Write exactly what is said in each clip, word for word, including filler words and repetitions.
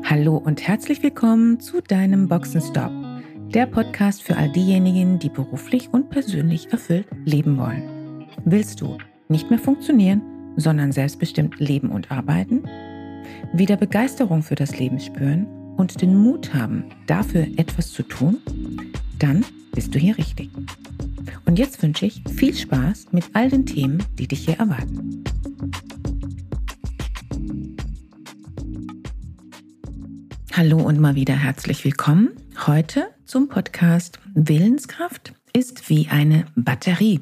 Hallo und herzlich willkommen zu deinem Boxenstopp, der Podcast für all diejenigen, die beruflich und persönlich erfüllt leben wollen. Willst du nicht mehr funktionieren, sondern selbstbestimmt leben und arbeiten? Wieder Begeisterung für das Leben spüren und den Mut haben, dafür etwas zu tun? Dann bist du hier richtig. Und jetzt wünsche ich viel Spaß mit all den Themen, die dich hier erwarten. Hallo und mal wieder herzlich willkommen. Heute zum Podcast Willenskraft ist wie eine Batterie.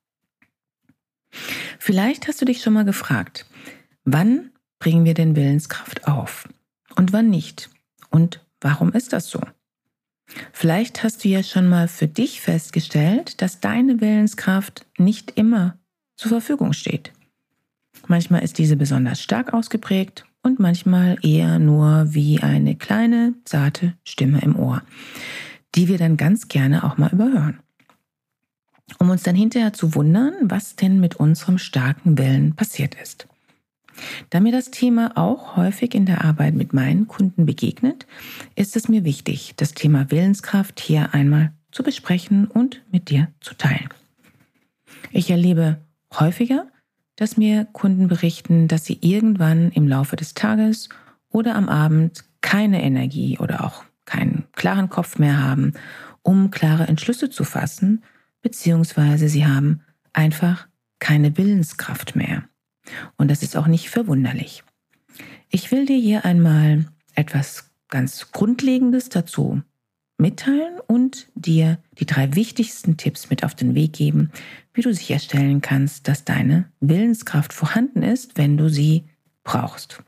Vielleicht hast du dich schon mal gefragt, wann bringen wir denn Willenskraft auf und wann nicht? Und warum ist das so? Vielleicht hast du ja schon mal für dich festgestellt, dass deine Willenskraft nicht immer zur Verfügung steht. Manchmal ist diese besonders stark ausgeprägt und manchmal eher nur wie eine kleine, zarte Stimme im Ohr, die wir dann ganz gerne auch mal überhören. Um uns dann hinterher zu wundern, was denn mit unserem starken Willen passiert ist. Da mir das Thema auch häufig in der Arbeit mit meinen Kunden begegnet, ist es mir wichtig, das Thema Willenskraft hier einmal zu besprechen und mit dir zu teilen. Ich erlebe häufiger, dass mir Kunden berichten, dass sie irgendwann im Laufe des Tages oder am Abend keine Energie oder auch keinen klaren Kopf mehr haben, um klare Entschlüsse zu fassen, beziehungsweise sie haben einfach keine Willenskraft mehr. Und das ist auch nicht verwunderlich. Ich will dir hier einmal etwas ganz Grundlegendes dazu mitteilen und dir die drei wichtigsten Tipps mit auf den Weg geben, wie du sicherstellen kannst, dass deine Willenskraft vorhanden ist, wenn du sie brauchst.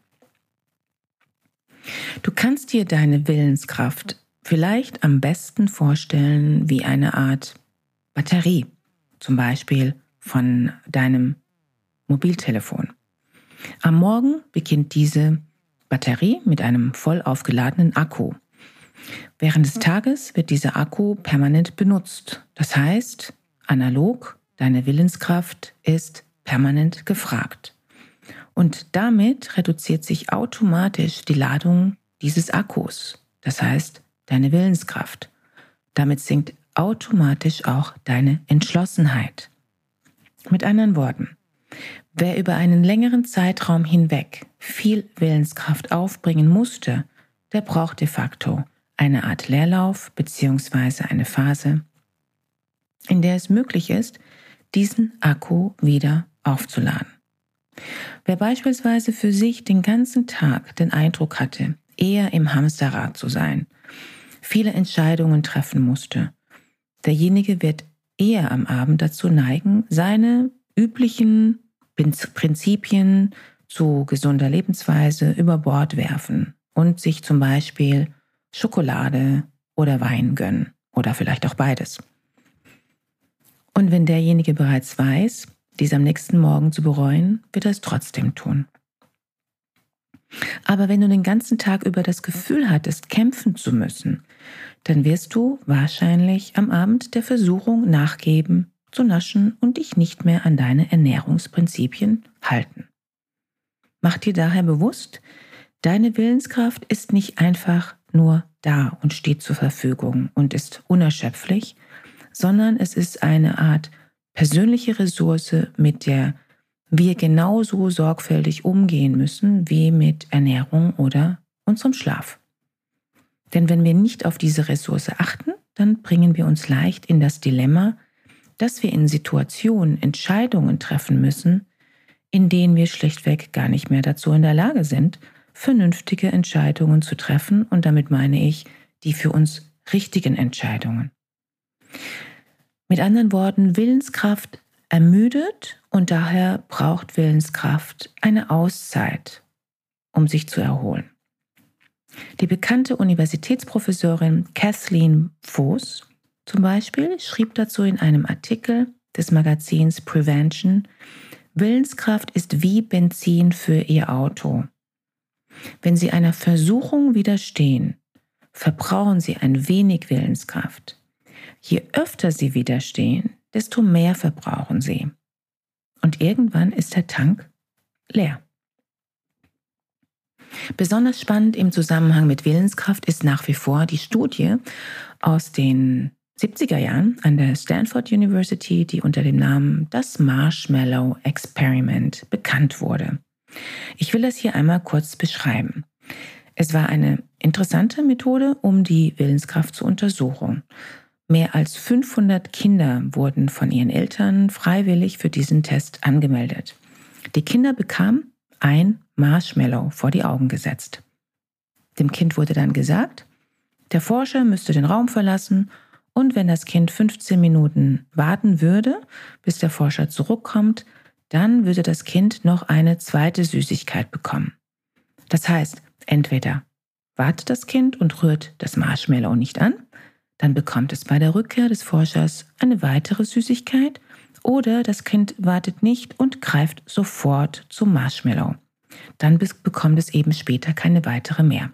Du kannst dir deine Willenskraft vielleicht am besten vorstellen wie eine Art Batterie, zum Beispiel von deinem Mobiltelefon. Am Morgen beginnt diese Batterie mit einem voll aufgeladenen Akku. Während des Tages wird dieser Akku permanent benutzt. Das heißt, analog, deine Willenskraft ist permanent gefragt. Und damit reduziert sich automatisch die Ladung dieses Akkus. Das heißt, deine Willenskraft. Damit sinkt automatisch auch deine Entschlossenheit. Mit anderen Worten, wer über einen längeren Zeitraum hinweg viel Willenskraft aufbringen musste, der braucht de facto eine Art Leerlauf bzw. eine Phase, in der es möglich ist, diesen Akku wieder aufzuladen. Wer beispielsweise für sich den ganzen Tag den Eindruck hatte, eher im Hamsterrad zu sein, viele Entscheidungen treffen musste, derjenige wird eher am Abend dazu neigen, seine üblichen Prinzipien zu gesunder Lebensweise über Bord werfen und sich zum Beispiel Schokolade oder Wein gönnen oder vielleicht auch beides. Und wenn derjenige bereits weiß, dies am nächsten Morgen zu bereuen, wird er es trotzdem tun. Aber wenn du den ganzen Tag über das Gefühl hattest, kämpfen zu müssen, dann wirst du wahrscheinlich am Abend der Versuchung nachgeben, zu naschen und dich nicht mehr an deine Ernährungsprinzipien halten. Mach dir daher bewusst, deine Willenskraft ist nicht einfach nur da und steht zur Verfügung und ist unerschöpflich, sondern es ist eine Art persönliche Ressource, mit der wir genauso sorgfältig umgehen müssen wie mit Ernährung oder unserem Schlaf. Denn wenn wir nicht auf diese Ressource achten, dann bringen wir uns leicht in das Dilemma, dass wir in Situationen Entscheidungen treffen müssen, in denen wir schlichtweg gar nicht mehr dazu in der Lage sind, vernünftige Entscheidungen zu treffen, und damit meine ich die für uns richtigen Entscheidungen. Mit anderen Worten, Willenskraft ermüdet und daher braucht Willenskraft eine Auszeit, um sich zu erholen. Die bekannte Universitätsprofessorin Kathleen Vohs zum Beispiel schrieb dazu in einem Artikel des Magazins Prevention: Willenskraft ist wie Benzin für Ihr Auto. Wenn Sie einer Versuchung widerstehen, verbrauchen Sie ein wenig Willenskraft. Je öfter Sie widerstehen, desto mehr verbrauchen Sie. Und irgendwann ist der Tank leer. Besonders spannend im Zusammenhang mit Willenskraft ist nach wie vor die Studie aus den siebziger Jahren an der Stanford University, die unter dem Namen das Marshmallow Experiment bekannt wurde. Ich will das hier einmal kurz beschreiben. Es war eine interessante Methode, um die Willenskraft zu untersuchen. Mehr als fünfhundert Kinder wurden von ihren Eltern freiwillig für diesen Test angemeldet. Die Kinder bekamen ein Marshmallow vor die Augen gesetzt. Dem Kind wurde dann gesagt, der Forscher müsste den Raum verlassen und wenn das Kind fünfzehn Minuten warten würde, bis der Forscher zurückkommt, dann würde das Kind noch eine zweite Süßigkeit bekommen. Das heißt, entweder wartet das Kind und rührt das Marshmallow nicht an, dann bekommt es bei der Rückkehr des Forschers eine weitere Süßigkeit oder das Kind wartet nicht und greift sofort zum Marshmallow. Dann bekommt es eben später keine weitere mehr.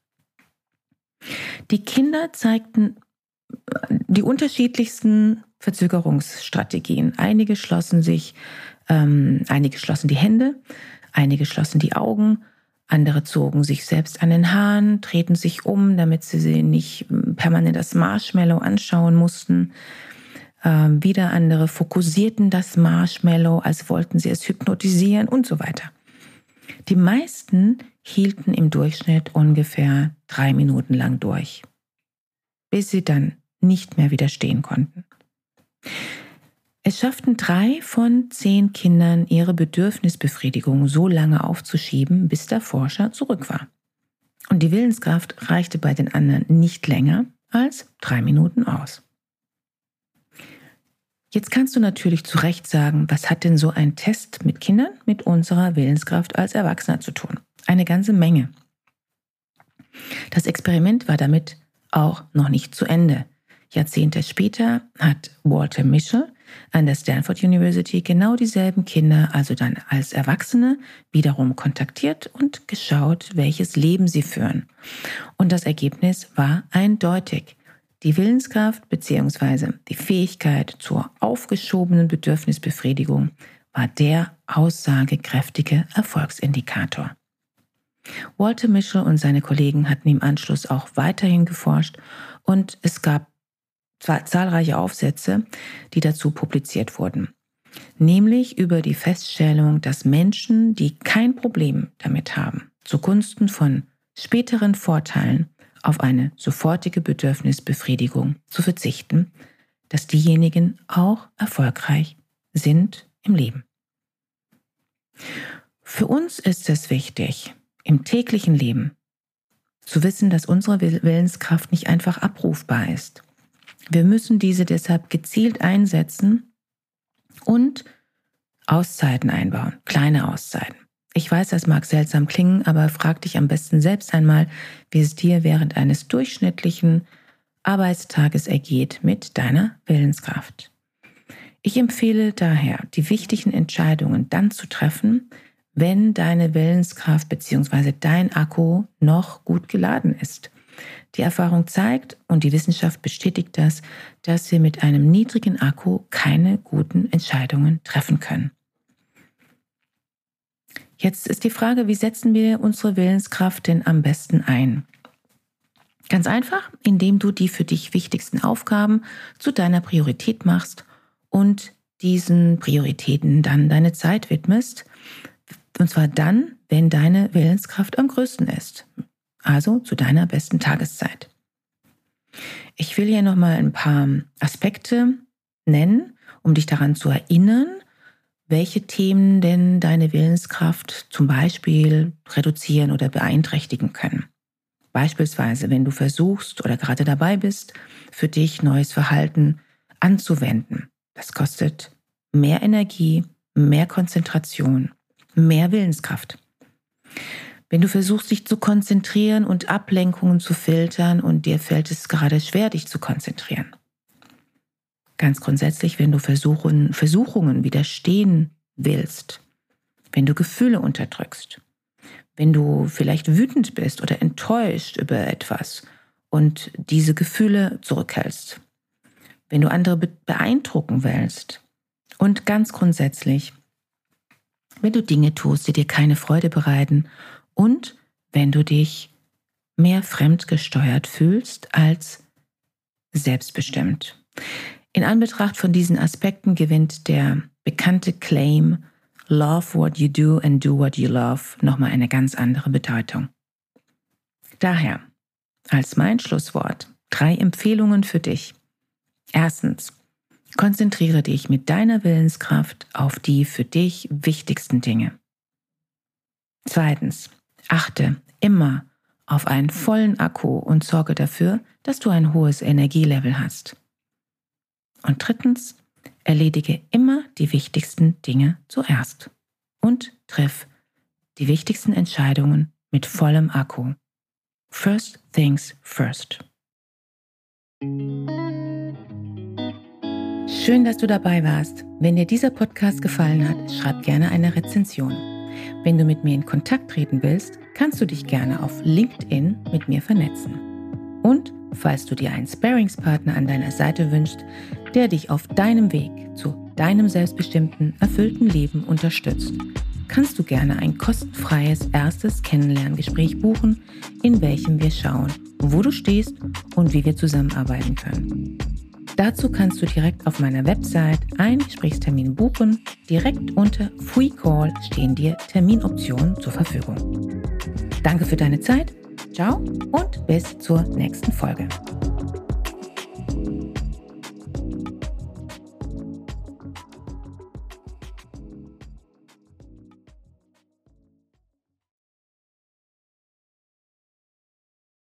Die Kinder zeigten die unterschiedlichsten Verzögerungsstrategien. Einige schlossen sich, ähm, einige schlossen die Hände, einige schlossen die Augen, andere zogen sich selbst an den Haaren, drehten sich um, damit sie nicht permanent das Marshmallow anschauen mussten. Ähm, wieder andere fokussierten das Marshmallow, als wollten sie es hypnotisieren und so weiter. Die meisten hielten im Durchschnitt ungefähr drei Minuten lang durch, bis sie dann nicht mehr widerstehen konnten. Es schafften drei von zehn Kindern, ihre Bedürfnisbefriedigung so lange aufzuschieben, bis der Forscher zurück war. Und die Willenskraft reichte bei den anderen nicht länger als drei Minuten aus. Jetzt kannst du natürlich zu Recht sagen, was hat denn so ein Test mit Kindern mit unserer Willenskraft als Erwachsener zu tun? Eine ganze Menge. Das Experiment war damit auch noch nicht zu Ende. Jahrzehnte später hat Walter Mischel an der Stanford University genau dieselben Kinder, also dann als Erwachsene, wiederum kontaktiert und geschaut, welches Leben sie führen. Und das Ergebnis war eindeutig. Die Willenskraft bzw. die Fähigkeit zur aufgeschobenen Bedürfnisbefriedigung war der aussagekräftige Erfolgsindikator. Walter Mischel und seine Kollegen hatten im Anschluss auch weiterhin geforscht und es gab zahlreiche Aufsätze, die dazu publiziert wurden. Nämlich über die Feststellung, dass Menschen, die kein Problem damit haben, zugunsten von späteren Vorteilen auf eine sofortige Bedürfnisbefriedigung zu verzichten, dass diejenigen auch erfolgreich sind im Leben. Für uns ist es wichtig, im täglichen Leben zu wissen, dass unsere Willenskraft nicht einfach abrufbar ist. Wir müssen diese deshalb gezielt einsetzen und Auszeiten einbauen, kleine Auszeiten. Ich weiß, das mag seltsam klingen, aber frag dich am besten selbst einmal, wie es dir während eines durchschnittlichen Arbeitstages ergeht mit deiner Willenskraft. Ich empfehle daher, die wichtigen Entscheidungen dann zu treffen, wenn deine Willenskraft bzw. dein Akku noch gut geladen ist. Die Erfahrung zeigt, und die Wissenschaft bestätigt das, dass wir mit einem niedrigen Akku keine guten Entscheidungen treffen können. Jetzt ist die Frage, wie setzen wir unsere Willenskraft denn am besten ein? Ganz einfach, indem du die für dich wichtigsten Aufgaben zu deiner Priorität machst und diesen Prioritäten dann deine Zeit widmest. Und zwar dann, wenn deine Willenskraft am größten ist. Also zu deiner besten Tageszeit. Ich will hier nochmal ein paar Aspekte nennen, um dich daran zu erinnern, welche Themen denn deine Willenskraft zum Beispiel reduzieren oder beeinträchtigen können. Beispielsweise, wenn du versuchst oder gerade dabei bist, für dich neues Verhalten anzuwenden. Das kostet mehr Energie, mehr Konzentration, mehr Willenskraft. Wenn du versuchst, dich zu konzentrieren und Ablenkungen zu filtern und dir fällt es gerade schwer, dich zu konzentrieren. Ganz grundsätzlich, wenn du Versuchen, Versuchungen widerstehen willst, wenn du Gefühle unterdrückst, wenn du vielleicht wütend bist oder enttäuscht über etwas und diese Gefühle zurückhältst, wenn du andere beeindrucken willst und ganz grundsätzlich, wenn du Dinge tust, die dir keine Freude bereiten und wenn du dich mehr fremdgesteuert fühlst als selbstbestimmt. In Anbetracht von diesen Aspekten gewinnt der bekannte Claim Love what you do and do what you love nochmal eine ganz andere Bedeutung. Daher, als mein Schlusswort, drei Empfehlungen für dich. Erstens, konzentriere dich mit deiner Willenskraft auf die für dich wichtigsten Dinge. Zweitens, achte immer auf einen vollen Akku und sorge dafür, dass du ein hohes Energielevel hast. Und drittens, erledige immer die wichtigsten Dinge zuerst und triff die wichtigsten Entscheidungen mit vollem Akku. First things first. Schön, dass du dabei warst. Wenn dir dieser Podcast gefallen hat, schreib gerne eine Rezension. Wenn du mit mir in Kontakt treten willst, kannst du dich gerne auf LinkedIn mit mir vernetzen. Und falls du dir einen Sparringspartner an deiner Seite wünschst, der dich auf deinem Weg zu deinem selbstbestimmten, erfüllten Leben unterstützt, kannst du gerne ein kostenfreies erstes Kennenlerngespräch buchen, in welchem wir schauen, wo du stehst und wie wir zusammenarbeiten können. Dazu kannst du direkt auf meiner Website einen Gesprächstermin buchen. Direkt unter Free Call stehen dir Terminoptionen zur Verfügung. Danke für deine Zeit. Ciao und bis zur nächsten Folge.